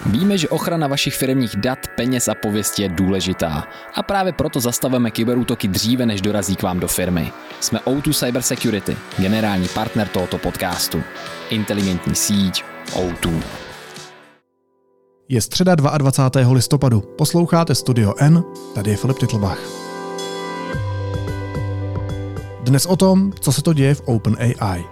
Víme, že ochrana vašich firemních dat, peněz a pověsti je důležitá. A právě proto zastavujeme kyberútoky dříve, než dorazí k vám do firmy. Jsme O2 Cybersecurity, generální partner tohoto podcastu. Inteligentní síť O2. Je středa 22. listopadu. Posloucháte Studio N, tady je Filip Titlbach. Dnes o tom, co se to děje v OpenAI.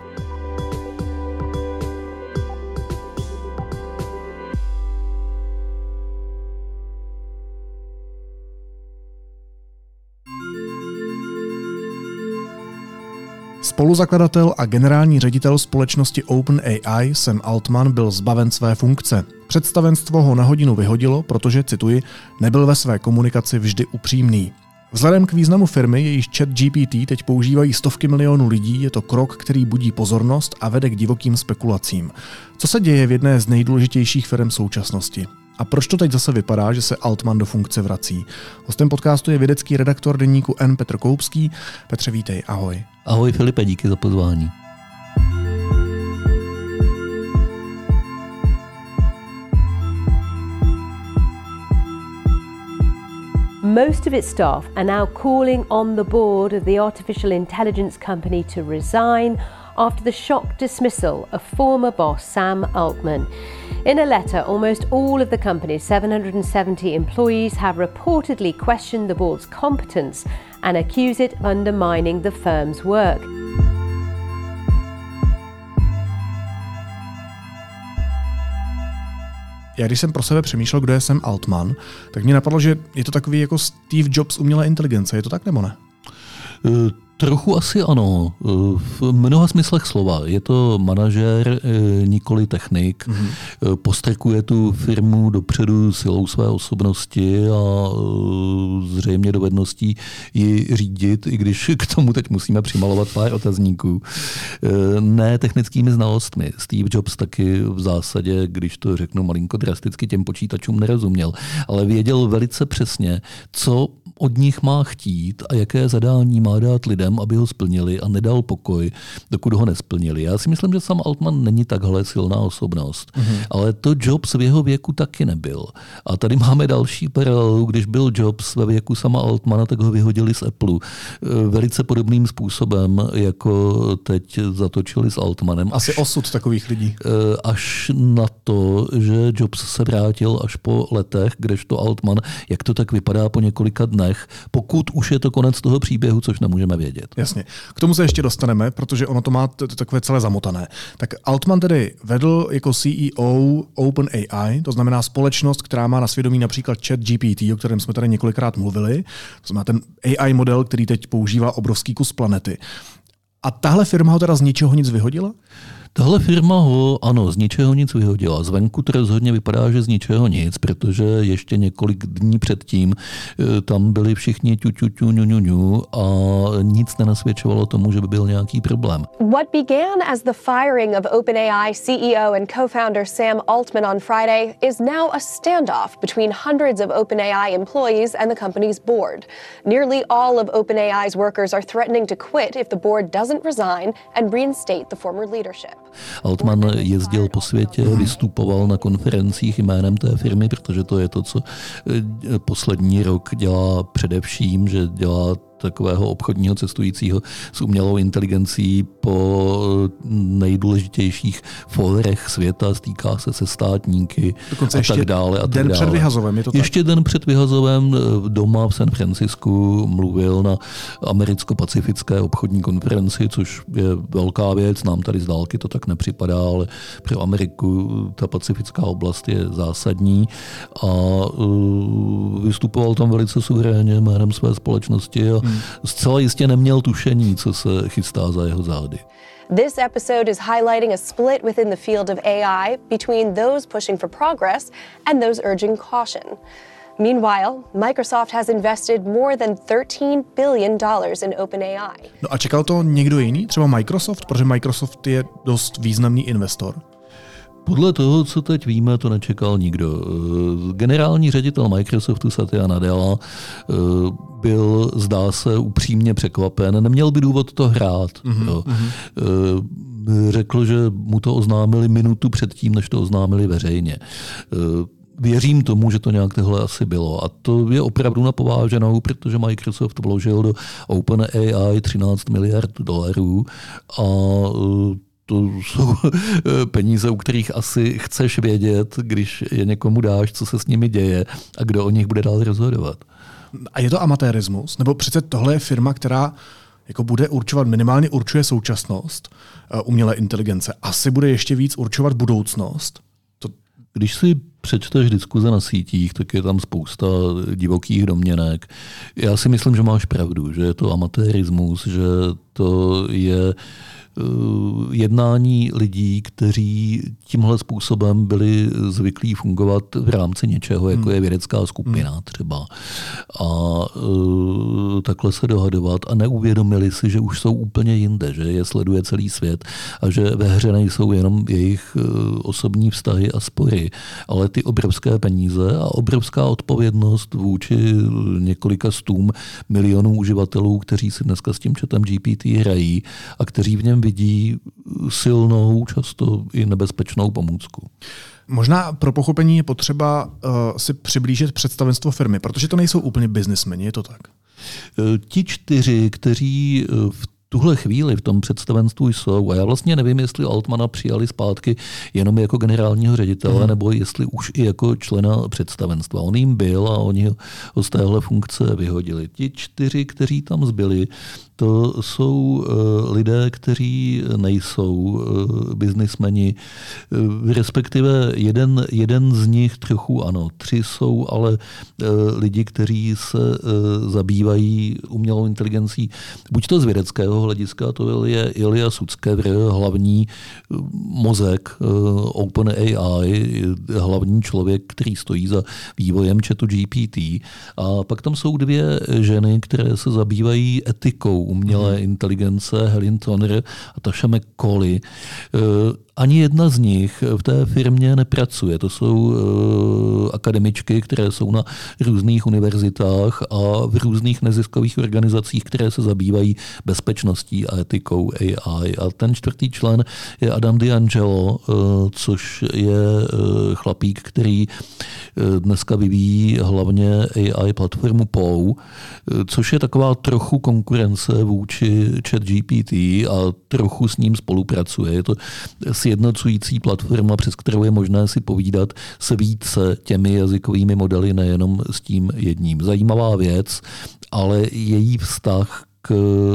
Spoluzakladatel a generální ředitel společnosti OpenAI Sam Altman byl zbaven své funkce. Představenstvo ho na hodinu vyhodilo, protože, cituji, nebyl ve své komunikaci vždy upřímný. Vzhledem k významu firmy, jejíž ChatGPT teď používají stovky milionů lidí, je to krok, který budí pozornost a vede k divokým spekulacím. Co se děje v jedné z nejdůležitějších firm současnosti? A proč to teď zase vypadá, že se Altman do funkce vrací? Hostem podcastu je vědecký redaktor deníku N Petr Koupský. Petře, vítej, ahoj. Ahoj Filipe, díky za pozvání. Most of its staff are now calling on the board of the artificial intelligence company to resign after the shock dismissal of former boss Sam Altman. In a letter, almost all of the company's 770 employees have reportedly questioned the board's competence and accuse it of undermining the firm's work. Já když jsem pro sebe přemýšlel, kdo je Sam Altman, tak mě napadlo, že je to takový jako Steve Jobs umělé inteligence. Je to tak nebo ne? Trochu asi ano. V mnoha smyslech slova. Je to manažer, nikoli technik. Postrkuje tu firmu dopředu silou své osobnosti a zřejmě dovedností ji řídit, i když k tomu teď musíme přimalovat pár otazníků. Ne technickými znalostmi. Steve Jobs taky v zásadě, když to řeknu malinko drasticky, těm počítačům nerozuměl, ale věděl velice přesně, co od nich má chtít a jaké zadání má dát lidem, aby ho splnili a nedal pokoj, dokud ho nesplnili. Já si myslím, že Sam Altman není takhle silná osobnost, ale to Jobs v jeho věku taky nebyl. A tady máme další paralelu, když byl Jobs ve věku Sama Altmana, tak ho vyhodili z Apple. Velice podobným způsobem, jako teď zatočili s Altmanem. Asi osud takových lidí. Až na to, že Jobs se vrátil až po letech, kdežto Altman, jak to tak vypadá po několika dnech, pokud už je to konec toho příběhu, což nemůžeme vědět. Jasně. K tomu se ještě dostaneme, protože ono to má takové celé zamotané. Tak Altman tedy vedl jako CEO OpenAI, to znamená společnost, která má na svědomí například ChatGPT, o kterém jsme tady několikrát mluvili. To znamená ten AI model, který teď používá obrovský kus planety. A tahle firma ho teda z ničeho nic vyhodila? Tahle firma ho, ano, z ničeho nic vyhodila. Zvenku to rozhodně vypadá, že z ničeho nic, protože ještě několik dní předtím tam byli všichni ňu a nic nenasvědčovalo tomu, že by byl nějaký problém. What began as the firing of OpenAI CEO and co-founder Sam Altman on Friday is now a standoff between hundreds of OpenAI employees and the company's board. Nearly all of OpenAI's workers are threatening to quit if the board doesn't resign and reinstate the former leadership. Altman jezdil po světě, vystupoval na konferencích jménem té firmy, protože to je to, co poslední rok dělá především, že dělá takového obchodního cestujícího s umělou inteligencí po nejdůležitějších fórech světa, stýká se se státníky dokonce a tak dále. A den před vyhazovem, je to tak? Ještě den před vyhazovem doma v San Francisku mluvil na americko-pacifické obchodní konferenci, což je velká věc, nám tady z dálky to tak nepřipadá, ale pro Ameriku ta pacifická oblast je zásadní a vystupoval tam velice suverénně jménem své společnosti a zcela jistě neměl tušení, co se chystá za jeho zády. This episode is highlighting a split within the field of AI between those pushing for progress and those urging caution. Meanwhile, Microsoft has invested more than $13 billion in OpenAI. No a čekal to někdo jiný? Třeba Microsoft? Protože Microsoft je dost významný investor. Podle toho, co teď víme, to nečekal nikdo. Generální ředitel Microsoftu Satya Nadella byl, zdá se, upřímně překvapen. Neměl by důvod to hrát. Řekl, že mu to oznámili minutu předtím, než to oznámili veřejně. Věřím tomu, že to nějak tohle asi bylo. A to je opravdu na pováženou, protože Microsoft vložil do OpenAI 13 miliard dolarů a to jsou peníze, u kterých asi chceš vědět, když je někomu dáš, co se s nimi děje a kdo o nich bude dál rozhodovat. A je to amatérismus? Nebo přece tohle je firma, která jako bude určovat, minimálně určuje současnost umělé inteligence. Asi bude ještě víc určovat budoucnost? Když si přečteš diskuze na sítích, tak je tam spousta divokých domněnek. Já si myslím, že máš pravdu, že je to amatérismus, že to je jednání lidí, kteří tímhle způsobem byli zvyklí fungovat v rámci něčeho, jako je vědecká skupina třeba. A takhle se dohadovat a neuvědomili si, že už jsou úplně jinde, že je sleduje celý svět a že ve hře nejsou jenom jejich osobní vztahy a spory, ale ty obrovské peníze a obrovská odpovědnost vůči několika stům milionů uživatelů, kteří si dneska s tím chatem GPT hrají a kteří v něm vidí silnou, často i nebezpečnou pomůcku. Možná pro pochopení je potřeba si přiblížit představenstvo firmy, protože to nejsou úplně biznismeni, je to tak? Ti 4, kteří v tuhle chvíli v tom představenstvu jsou, a já vlastně nevím, jestli Altmana přijali zpátky jenom jako generálního ředitele, nebo jestli už i jako člena představenstva. On jim byl a oni ho z téhle funkce vyhodili. Ti 4, kteří tam zbyli, to jsou lidé, kteří nejsou biznismeni, respektive jeden z nich trochu ano. 3 jsou ale lidi, kteří se zabývají umělou inteligencí, buď to z vědeckého hlediska, to je Ilya Sutskever, hlavní mozek OpenAI, hlavní člověk, který stojí za vývojem chatu GPT. A pak tam jsou 2 ženy, které se zabývají etikou umělé inteligence, Helen Toner a Tasha McCauley. Ani jedna z nich v té firmě nepracuje. To jsou akademičky, které jsou na různých univerzitách a v různých neziskových organizacích, které se zabývají bezpečností a etikou AI. A ten 4. člen je Adam D'Angelo, což je chlapík, který dneska vyvíjí hlavně AI platformu POU, což je taková trochu konkurence vůči ChatGPT a trochu s ním spolupracuje. Je to sjednocující platforma, přes kterou je možné si povídat s více těmi jazykovými modely, nejenom s tím jedním. Zajímavá věc, ale její vztah k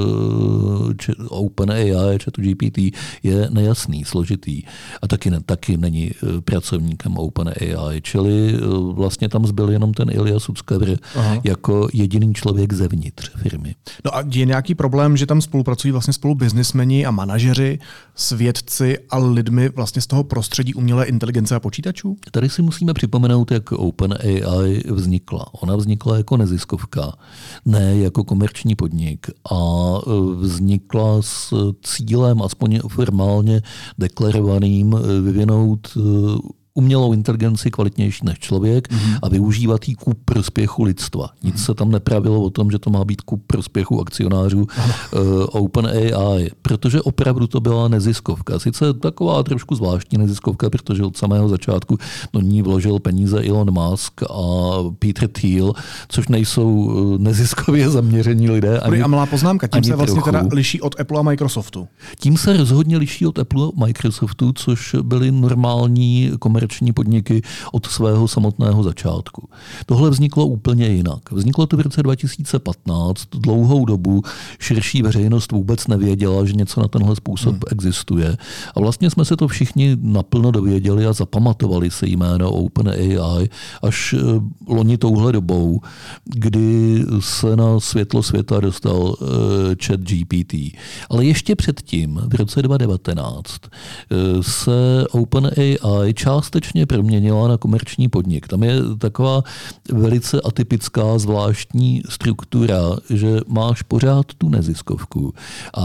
OpenAI, ChatGPT je nejasný, složitý a taky není pracovníkem OpenAI, čili vlastně tam zbyl jenom ten Ilya Sutskever jako jediný člověk zevnitř firmy. No a je nějaký problém, že tam spolupracují vlastně spolu biznismeni a manažeři s vědci a lidmi vlastně z toho prostředí umělé inteligence a počítačů? Tady si musíme připomenout, jak OpenAI vznikla. Ona vznikla jako neziskovka, ne jako komerční podnik. A vznikla s cílem, aspoň formálně deklarovaným, vyvinout umělou inteligenci kvalitnější než člověk a využívat ji ku prospěchu lidstva. Nic se tam nepravilo o tom, že to má být ku prospěchu akcionářů OpenAI, protože opravdu to byla neziskovka. Sice taková trošku zvláštní neziskovka, protože od samého začátku do ní vložil peníze Elon Musk a Peter Thiel, což nejsou neziskově zaměření lidé. A malá poznámka, tím se vlastně teda liší od Apple a Microsoftu. Tím se rozhodně liší od Apple a Microsoftu, což byly normální komerční podniky od svého samotného začátku. Tohle vzniklo úplně jinak. Vzniklo to v roce 2015. Dlouhou dobu širší veřejnost vůbec nevěděla, že něco na tenhle způsob existuje. A vlastně jsme se to všichni naplno dověděli a zapamatovali se jméno OpenAI až loni touhle dobou, kdy se na světlo světa dostal ChatGPT. Ale ještě předtím, v roce 2019, se OpenAI částečně proměnila na komerční podnik. Tam je taková velice atypická, zvláštní struktura, že máš pořád tu neziskovku a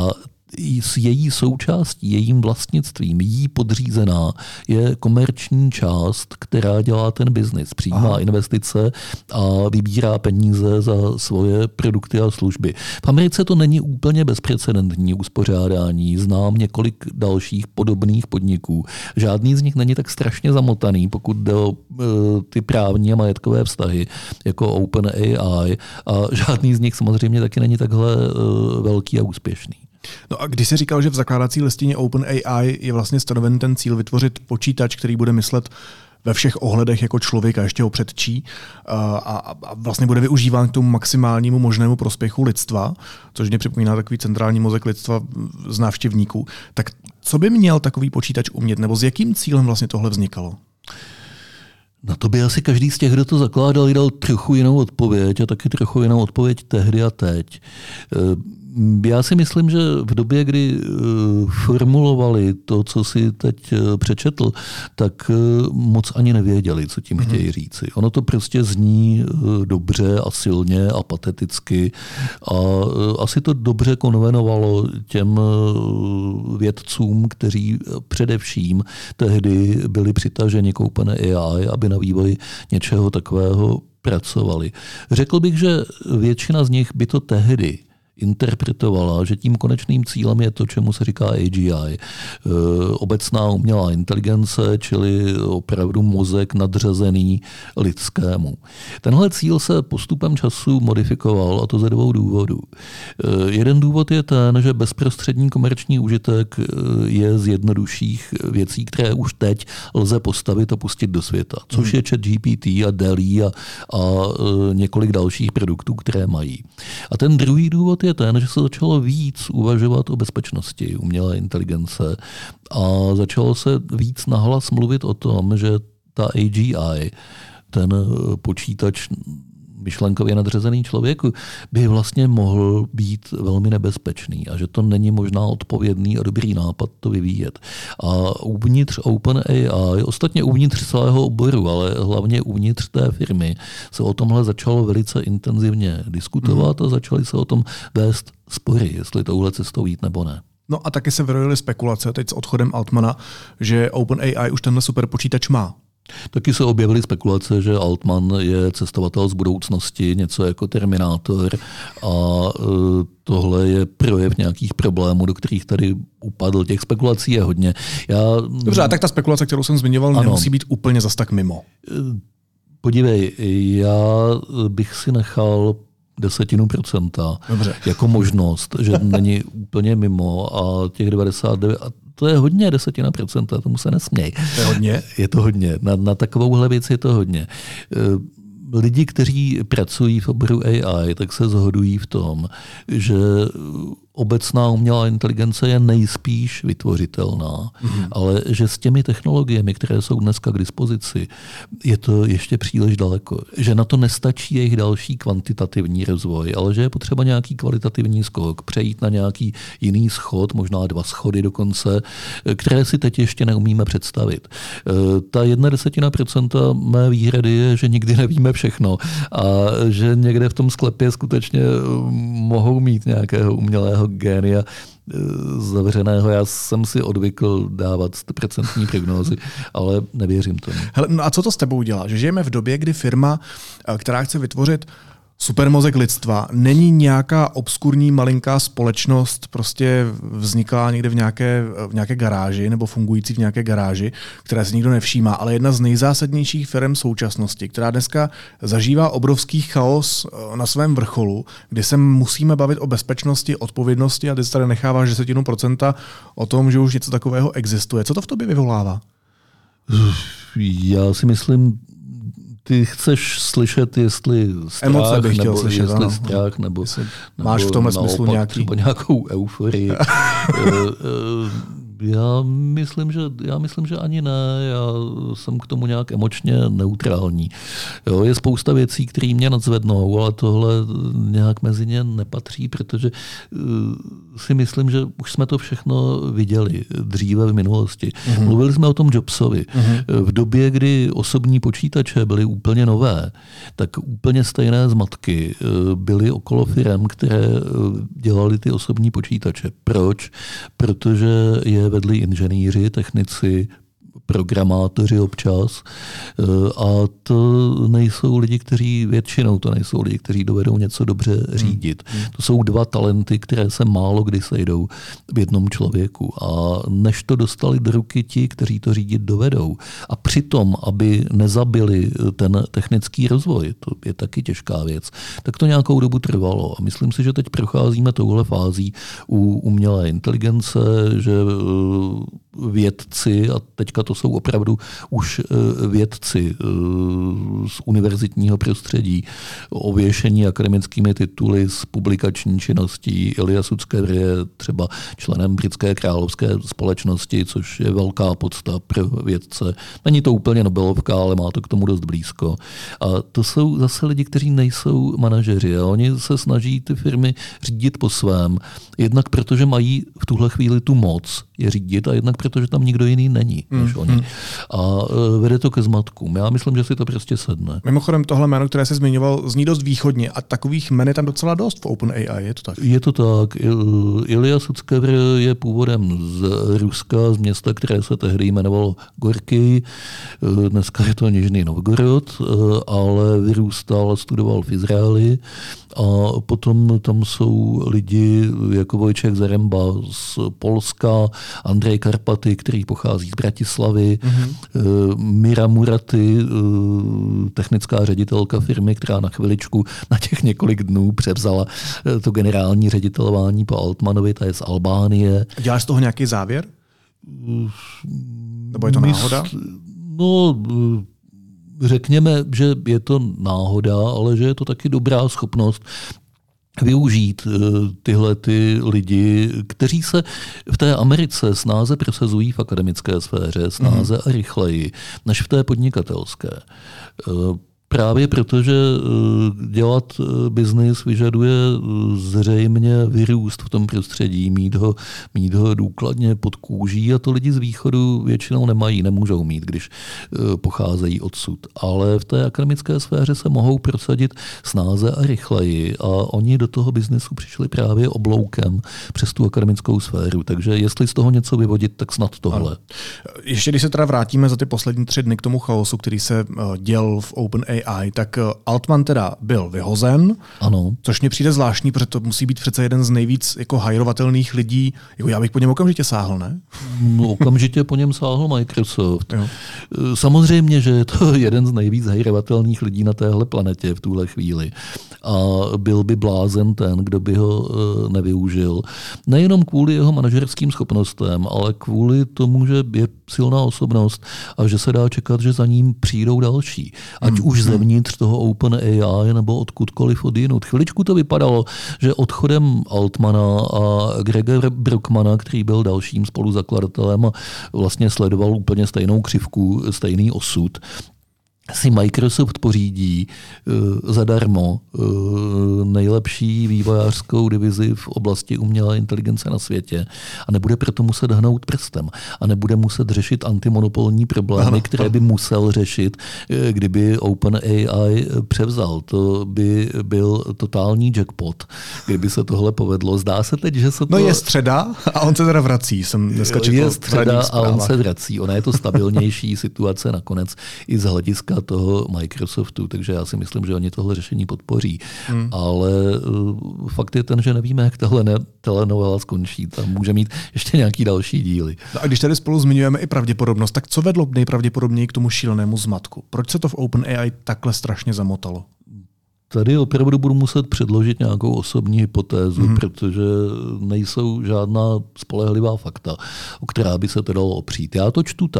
s její součástí, jejím vlastnictvím, jí podřízená je komerční část, která dělá ten biznis, přijímá investice a vybírá peníze za svoje produkty a služby. V Americe to není úplně bezprecedentní uspořádání. Znám několik dalších podobných podniků. Žádný z nich není tak strašně zamotaný, pokud jde o ty právní a majetkové vztahy, jako OpenAI, a žádný z nich samozřejmě taky není takhle velký a úspěšný. No a když jsi říkal, že v zakládací listině OpenAI je vlastně stanoven ten cíl vytvořit počítač, který bude myslet ve všech ohledech jako člověk a ještě ho předčí a vlastně bude využíván k tomu maximálnímu možnému prospěchu lidstva, což mě připomíná takový centrální mozek lidstva z návštěvníků. Tak co by měl takový počítač umět, nebo s jakým cílem vlastně tohle vznikalo? Na to by asi každý z těch, kdo to zakládal, dal trochu jinou odpověď a taky trochu jinou odpověď tehdy a teď. Já si myslím, že v době, kdy formulovali to, co si teď přečetl, tak moc ani nevěděli, co tím chtějí říci. Ono to prostě zní dobře a silně a pateticky a asi to dobře konvenovalo těm vědcům, kteří především tehdy byli přitaženi k OpenAI, aby na vývoji něčeho takového pracovali. Řekl bych, že většina z nich by to tehdy interpretovala, že tím konečným cílem je to, čemu se říká AGI. Obecná umělá inteligence, čili opravdu mozek nadřazený lidskému. Tenhle cíl se postupem času modifikoval, a to ze dvou důvodů. Jeden důvod je ten, že bezprostřední komerční užitek je z jednodušších věcí, které už teď lze postavit a pustit do světa, což je ChatGPT a DALL-E a několik dalších produktů, které mají. A ten druhý důvod je ten, že se začalo víc uvažovat o bezpečnosti umělé inteligence a začalo se víc nahlas mluvit o tom, že ta AGI, ten počítač myšlenkově nadřazený člověku, by vlastně mohl být velmi nebezpečný a že to není možná odpovědný a dobrý nápad to vyvíjet. A uvnitř OpenAI, ostatně uvnitř celého oboru, ale hlavně uvnitř té firmy, se o tomhle začalo velice intenzivně diskutovat a začaly se o tom vést spory, jestli touhle cestou jít nebo ne. No a taky se vyrojily spekulace teď s odchodem Altmana, že OpenAI už tenhle superpočítač má. Taky se objevily spekulace, že Altman je cestovatel z budoucnosti, něco jako Terminátor a tohle je projev nějakých problémů, do kterých tady upadl. Těch spekulací je hodně. Dobře, a tak ta spekulace, kterou jsem zmiňoval, nemusí být úplně zas tak mimo. Podívej, já bych si nechal 10% Dobře. jako možnost, že není úplně mimo a těch 99%, to je hodně 10%, tomu se nesměj. To je hodně? Je to hodně. Na takovouhle věc je to hodně. Lidi, kteří pracují v oboru AI, tak se shodují v tom, že obecná umělá inteligence je nejspíš vytvořitelná, ale že s těmi technologiemi, které jsou dneska k dispozici, je to ještě příliš daleko. Že na to nestačí jejich další kvantitativní rozvoj, ale že je potřeba nějaký kvalitativní skok, přejít na nějaký jiný schod, možná 2 schody dokonce, které si teď ještě neumíme představit. Ta 0,1% mé výhrady je, že nikdy nevíme všechno a že někde v tom sklepě skutečně mohou mít nějakého umělého génia zavřeného. Já jsem si odvykl dávat 100% prognózy, ale nevěřím tomu. Hele, no a co to s tebou dělá? Že žijeme v době, kdy firma, která chce vytvořit supermozek lidstva, není nějaká obskurní malinká společnost, prostě vzniklá někde v nějaké garáži nebo fungující v nějaké garáži, které si nikdo nevšímá, ale jedna z nejzásadnějších firm současnosti, která dneska zažívá obrovský chaos na svém vrcholu, kdy se musíme bavit o bezpečnosti, odpovědnosti a ty tady necháváš 10% o tom, že už něco takového existuje. Co to v tobě vyvolává? Já si myslím, ty chceš slyšet, jestli strach, nebo slyšet, jestli strach, nebo máš v tomhle smyslu nějakou euforii. Já myslím, že ani ne. Já jsem k tomu nějak emočně neutrální. Jo, je spousta věcí, které mě nadzvednou, ale tohle nějak mezi ně nepatří, protože si myslím, že už jsme to všechno viděli dříve v minulosti. Mluvili jsme o tom Jobsovi. V době, kdy osobní počítače byly úplně nové, tak úplně stejné zmatky byly okolo firem, které dělali ty osobní počítače. Proč? Protože je vedli inženýři, technici, programátoři občas a to nejsou lidi, kteří dovedou něco dobře řídit. To jsou dva talenty, které se málo kdy sejdou v jednom člověku a než to dostali do ruky ti, kteří to řídit dovedou a přitom, aby nezabili ten technický rozvoj, to je taky těžká věc, tak to nějakou dobu trvalo a myslím si, že teď procházíme touhle fází u umělé inteligence, že vědci, a teďka to jsou opravdu už vědci z univerzitního prostředí, ověšení akademickými tituly z publikační činností. Ilya Sutskever je třeba členem britské královské společnosti, což je velká podsta pro vědce. Není to úplně Nobelovka, ale má to k tomu dost blízko. A to jsou zase lidi, kteří nejsou manažeři. A oni se snaží ty firmy řídit po svém. Jednak protože mají v tuhle chvíli tu moc je řídit a jednak protože tam nikdo jiný není než oni. A vede to ke zmatkům. Já myslím, že si to prostě sedne. Mimochodem tohle jméno, které jsi zmiňoval, zní dost východně a takových jmen je tam docela dost v OpenAI, je to tak? Je to tak. Ilya Sutskever je původem z Ruska, z města, které se tehdy jmenovalo Gorky. Dneska je to Nižný Novgorod, ale vyrůstal a studoval v Izraeli. A potom tam jsou lidi jako Vojtěch Zaremba z Polska, Andrej Karpaty, který pochází z Bratislavy, Mira Muraty, technická ředitelka firmy, která na chviličku, na těch několik dnů převzala to generální ředitelování po Altmanovi, ta je z Albánie. Děláš z toho nějaký závěr? Nebo je to náhoda? Řekněme, že je to náhoda, ale že je to taky dobrá schopnost využít tyhle ty lidi, kteří se v té Americe snáze prosazují v akademické sféře, snáze a rychleji, než v té podnikatelské. Právě protože dělat biznis vyžaduje zřejmě vyrůst v tom prostředí, mít ho důkladně pod kůží a to lidi z východu většinou nemají, nemůžou mít, když pocházejí odsud. Ale v té akademické sféře se mohou prosadit snáze a rychleji a oni do toho biznisu přišli právě obloukem přes tu akademickou sféru. Takže jestli z toho něco vyvodit, tak snad tohle. Ano. Ještě když se teda vrátíme za ty poslední 3 dny k tomu chaosu, který se děl v OpenAI, tak Altman teda byl vyhozen, ano. Což mě přijde zvláštní, protože to musí být přece jeden z nejvíc jako hajrovatelných lidí. Jako já bych po něm okamžitě sáhl, ne? Okamžitě po něm sáhl Microsoft. Jo. Samozřejmě, že je to jeden z nejvíc hajrovatelných lidí na téhle planetě v tuhle chvíli. A byl by blázen ten, kdo by ho nevyužil. Nejenom kvůli jeho manažerským schopnostem, ale kvůli tomu, že je silná osobnost a že se dá čekat, že za ním přijdou další. Ať už zevnitř toho OpenAI nebo odkudkoliv odjinud. Chviličku to vypadalo, že odchodem Altmana a Grega Brockmana, který byl dalším spoluzakladatelem a vlastně sledoval úplně stejnou křivku, stejný osud, si Microsoft pořídí zadarmo nejlepší vývojářskou divizi v oblasti umělé inteligence na světě a nebude proto muset hnout prstem a nebude muset řešit antimonopolní problémy, které by musel řešit, kdyby OpenAI převzal. To by byl totální jackpot, kdyby se tohle povedlo. Zdá se teď, že se to... No je středa a on se teda vrací. Jsem dneska četl je středa a on se vrací. Ona je to stabilnější situace nakonec i z hlediska toho Microsoftu, takže já si myslím, že oni tohle řešení podpoří. Ale fakt je ten, že nevíme, jak telenovela skončí. Tam může mít ještě nějaký další díly. No a když tady spolu zmiňujeme i pravděpodobnost, tak co vedlo nejpravděpodobněji k tomu šílenému zmatku? Proč se to v OpenAI takhle strašně zamotalo? Tady opravdu budu muset předložit nějakou osobní hypotézu, protože nejsou žádná spolehlivá fakta, o která by se to dalo opřít. Já to čtu tak,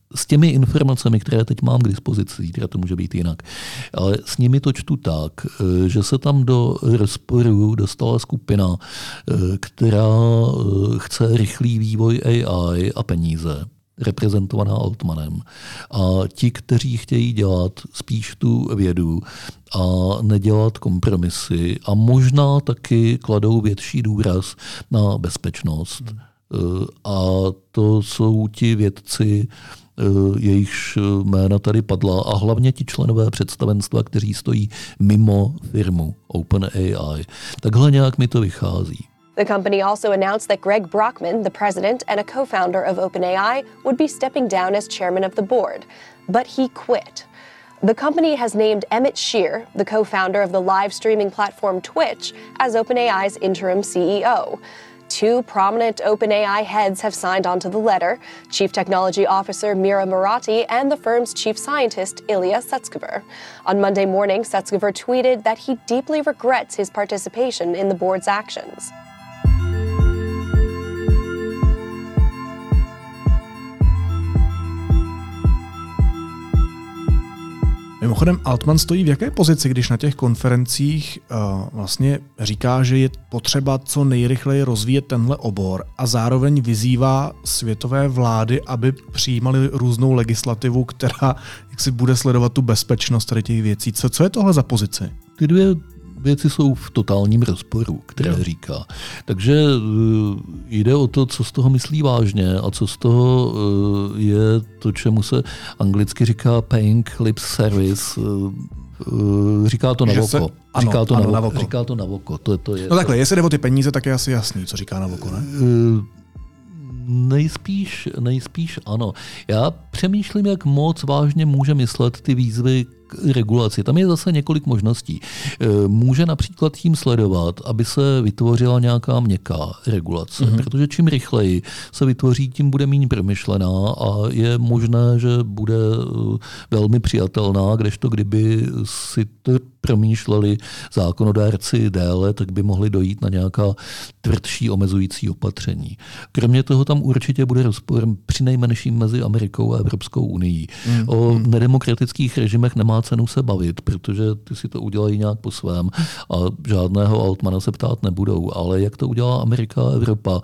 s těmi informacemi, které teď mám k dispozici, zítra to může být jinak, ale s nimi to čtu tak, že se tam do rozporu dostala skupina, která chce rychlý vývoj AI a peníze, reprezentovaná Altmanem. A ti, kteří chtějí dělat spíš tu vědu a nedělat kompromisy a možná taky kladou větší důraz na bezpečnost. A to jsou ti vědci, jejichž jména tady padla a hlavně ti členové představenstva, kteří stojí mimo firmu OpenAI. Takhle nějak mi to vychází. The company also announced that Greg Brockman, the president and a co-founder of OpenAI, would be stepping down as chairman of the board, but he quit. The company has named Emmett Shear, the co-founder of the live streaming platform Twitch, as OpenAI's interim CEO. Two prominent OpenAI heads have signed onto the letter, Chief Technology Officer Mira Murati and the firm's chief scientist Ilya Sutskever. On Monday morning, Sutskever tweeted that he deeply regrets his participation in the board's actions. Mimochodem, Altman stojí v jaké pozici, když na těch konferencích vlastně říká, že je potřeba co nejrychleji rozvíjet tenhle obor a zároveň vyzývá světové vlády, aby přijímaly různou legislativu, která jaksi bude sledovat tu bezpečnost tady těch věcí. Co je tohle za pozici? Ty dvě věci jsou v totálním rozporu, které říká. Takže jde o to, co z toho myslí vážně a co z toho je to, čemu se anglicky říká paying lip service. Říká to na voko. Říká to na voko. To je no takhle, jestli jde o ty peníze, tak je asi jasný, co říká na voko, ne? Nejspíš ano. Já přemýšlím, jak moc vážně může myslet ty výzvy k regulaci. Tam je zase několik možností. Může například tím sledovat, aby se vytvořila nějaká měkká regulace, protože čím rychleji se vytvoří, tím bude méně promyšlená a je možné, že bude velmi přijatelná, kdežto kdyby si to promýšleli zákonodárci déle, tak by mohli dojít na nějaká tvrdší omezující opatření. Kromě toho tam určitě bude rozpor přinejmenším mezi Amerikou a Evropskou unií. O nedemokratických režimech nemá cenu se bavit, protože ty si to udělají nějak po svém a žádného Altmana se ptát nebudou. Ale jak to udělá Amerika a Evropa,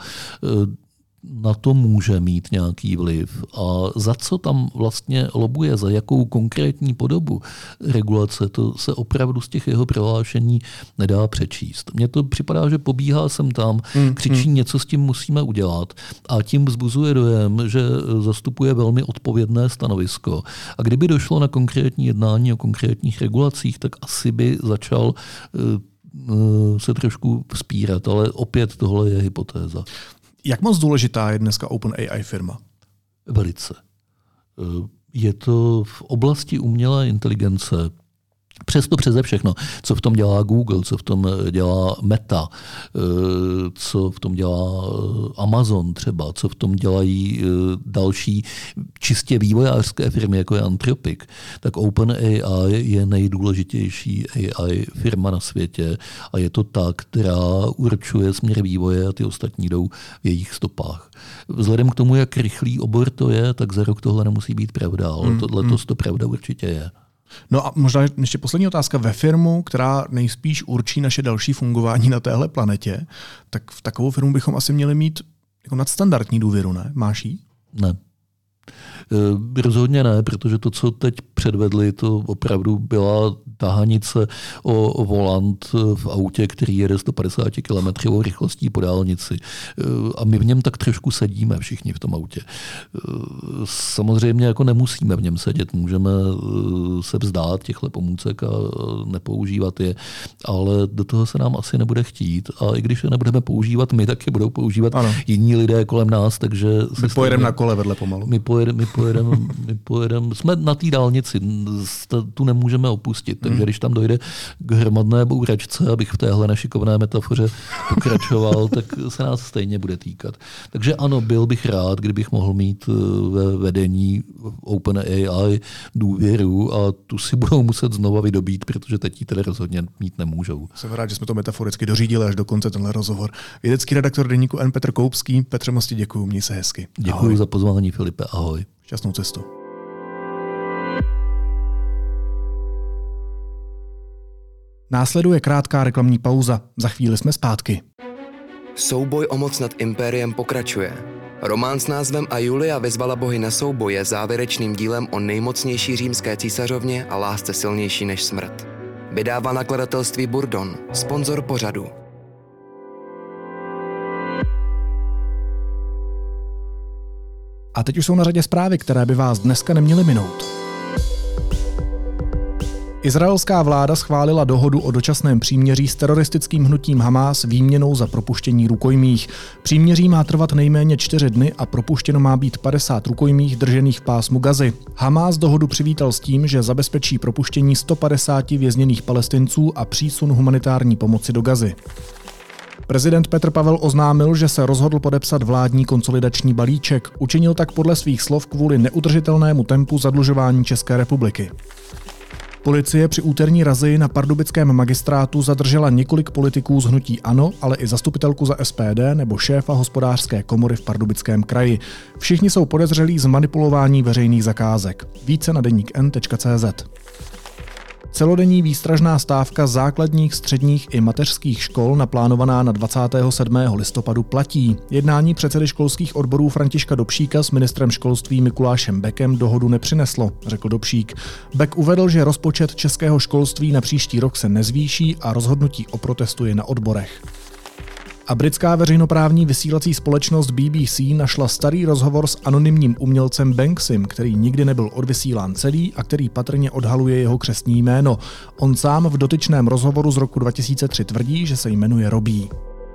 na to může mít nějaký vliv. A za co tam vlastně lobuje, za jakou konkrétní podobu regulace, to se opravdu z těch jeho prohlášení nedá přečíst. Mně to připadá, že pobíhá sem tam, křičí něco s tím musíme udělat a tím vzbuzuje dojem, že zastupuje velmi odpovědné stanovisko. A kdyby došlo na konkrétní jednání o konkrétních regulacích, tak asi by začal se trošku vzpírat, ale opět tohle je hypotéza. Jak moc důležitá je dneska OpenAI firma? Velice. Je to v oblasti umělé inteligence přesto přeze všechno, co v tom dělá Google, co v tom dělá Meta, co v tom dělá Amazon třeba, co v tom dělají další čistě vývojářské firmy, jako je Anthropic, tak OpenAI je nejdůležitější AI firma na světě a je to ta, která určuje směr vývoje a ty ostatní jdou v jejich stopách. Vzhledem k tomu, jak rychlý obor to je, tak za rok tohle nemusí být pravda, ale letos to pravda určitě je. No a možná ještě poslední otázka. Ve firmu, která nejspíš určí naše další fungování na téhle planetě, tak v takovou firmu bychom asi měli mít jako nadstandardní důvěru, ne? Máš jí? Ne. Rozhodně ne, protože to, co teď předvedli, to opravdu byla tahanice o volant v autě, který jede 150 km rychlostí po dálnici. A my v něm tak trošku sedíme všichni v tom autě. Samozřejmě jako nemusíme v něm sedět, můžeme se vzdát těchto pomůcek a nepoužívat je, ale do toho se nám asi nebude chtít. A i když je nebudeme používat my, tak je budou používat jiní lidé kolem nás, takže my pojedeme na kole vedle pomalu. My pojedeme, jsme na té dálnici, tu nemůžeme opustit, takže když tam dojde k hromadné bouračce, abych v téhle nešikovné metafoře pokračoval, tak se nás stejně bude týkat. Takže ano, byl bych rád, kdybych mohl mít ve vedení OpenAI důvěru a tu si budou muset znova vydobít, protože teď ji tedy rozhodně mít nemůžou. Jsem rád, že jsme to metaforicky dořídili až do konce tenhle rozhovor. Vědecký redaktor deníku N. Petr Koupský. Petře, moc ti děkuju, měj se hezky. Děkuji za pozvání, Filipe, ahoj. Šťastnou cestu. Následuje krátká reklamní pauza. Za chvíli jsme zpátky. Souboj o moc nad impériem pokračuje. Román s názvem A Julia vyzvala bohy na souboj je závěrečným dílem o nejmocnější římské císařovně a lásce silnější než smrt. Vydává nakladatelství Burdon, sponzor pořadu. A teď už jsou na řadě zprávy, které by vás dneska neměly minout. Izraelská vláda schválila dohodu o dočasném příměří s teroristickým hnutím Hamás výměnou za propuštění rukojmích. Příměří má trvat nejméně 4 dny a propuštěno má být 50 rukojmích držených v pásmu Gazy. Hamás dohodu přivítal s tím, že zabezpečí propuštění 150 vězněných Palestinců a přísun humanitární pomoci do Gazy. Prezident Petr Pavel oznámil, že se rozhodl podepsat vládní konsolidační balíček. Učinil tak podle svých slov kvůli neudržitelnému tempu zadlužování České republiky. Policie při úterní razii na pardubickém magistrátu zadržela několik politiků z hnutí ANO, ale i zastupitelku za SPD nebo šéfa hospodářské komory v Pardubickém kraji. Všichni jsou podezřelí z manipulování veřejných zakázek. Více na deníkn.cz. Celodenní výstražná stávka základních, středních i mateřských škol naplánovaná na 27. listopadu platí. Jednání předsedy školských odborů Františka Dobšíka s ministrem školství Mikulášem Bekem dohodu nepřineslo, řekl Dobšík. Bek uvedl, že rozpočet českého školství na příští rok se nezvýší a rozhodnutí o protestu je na odborech. A britská veřejnoprávní vysílací společnost BBC našla starý rozhovor s anonymním umělcem Banksym, který nikdy nebyl odvysílán celý a který patrně odhaluje jeho křestní jméno. On sám v dotyčném rozhovoru z roku 2003 tvrdí, že se jmenuje Robbie.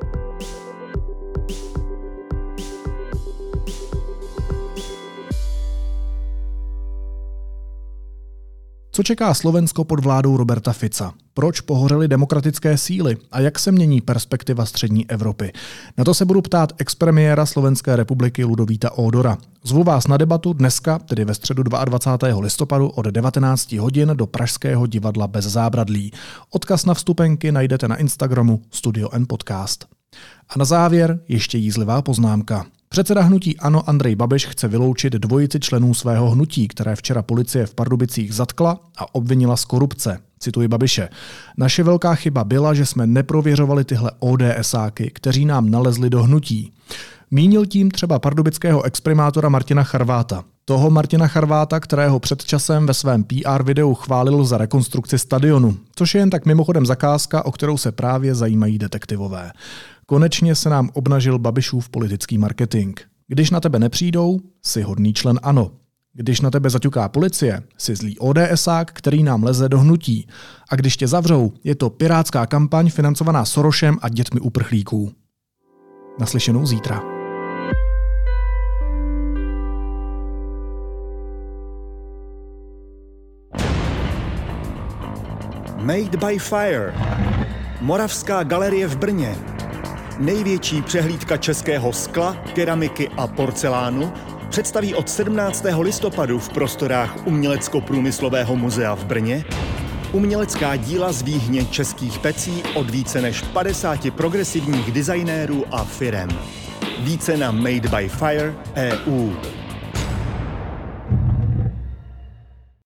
Co čeká Slovensko pod vládou Roberta Fica? Proč pohořely demokratické síly a jak se mění perspektiva střední Evropy? Na to se budu ptát expremiéra Slovenské republiky Ludovíta Ódora. Zvu vás na debatu dneska, tedy ve středu 22. listopadu od 19 hodin do Pražského divadla Bez zábradlí. Odkaz na vstupenky najdete na Instagramu Studio N Podcast. A na závěr ještě jízlivá poznámka. Předseda hnutí ANO Andrej Babiš chce vyloučit dvojici členů svého hnutí, které včera policie v Pardubicích zatkla a obvinila z korupce. Cituji Babiše. Naše velká chyba byla, že jsme neprověřovali tyhle ODSáky, kteří nám nalezli do hnutí. Mínil tím třeba pardubického exprimátora Martina Charváta. Toho Martina Charváta, kterého před časem ve svém PR videu chválil za rekonstrukci stadionu, což je jen tak mimochodem zakázka, o kterou se právě zajímají detektivové. Konečně se nám obnažil Babišův politický marketing. Když na tebe nepřijdou, jsi hodný člen ANO. Když na tebe zaťuká policie, jsi zlý ODSák, který nám leze do hnutí. A když tě zavřou, je to pirátská kampaň financovaná Sorosem a dětmi uprchlíků. Naslyšenou zítra. Made by Fire. Moravská galerie v Brně. Největší přehlídka českého skla, keramiky a porcelánu představí od 17. listopadu v prostorách Umělecko-průmyslového muzea v Brně umělecká díla z výhně českých pecí od více než 50 progresivních designérů a firem. Více na Made by Fire EU.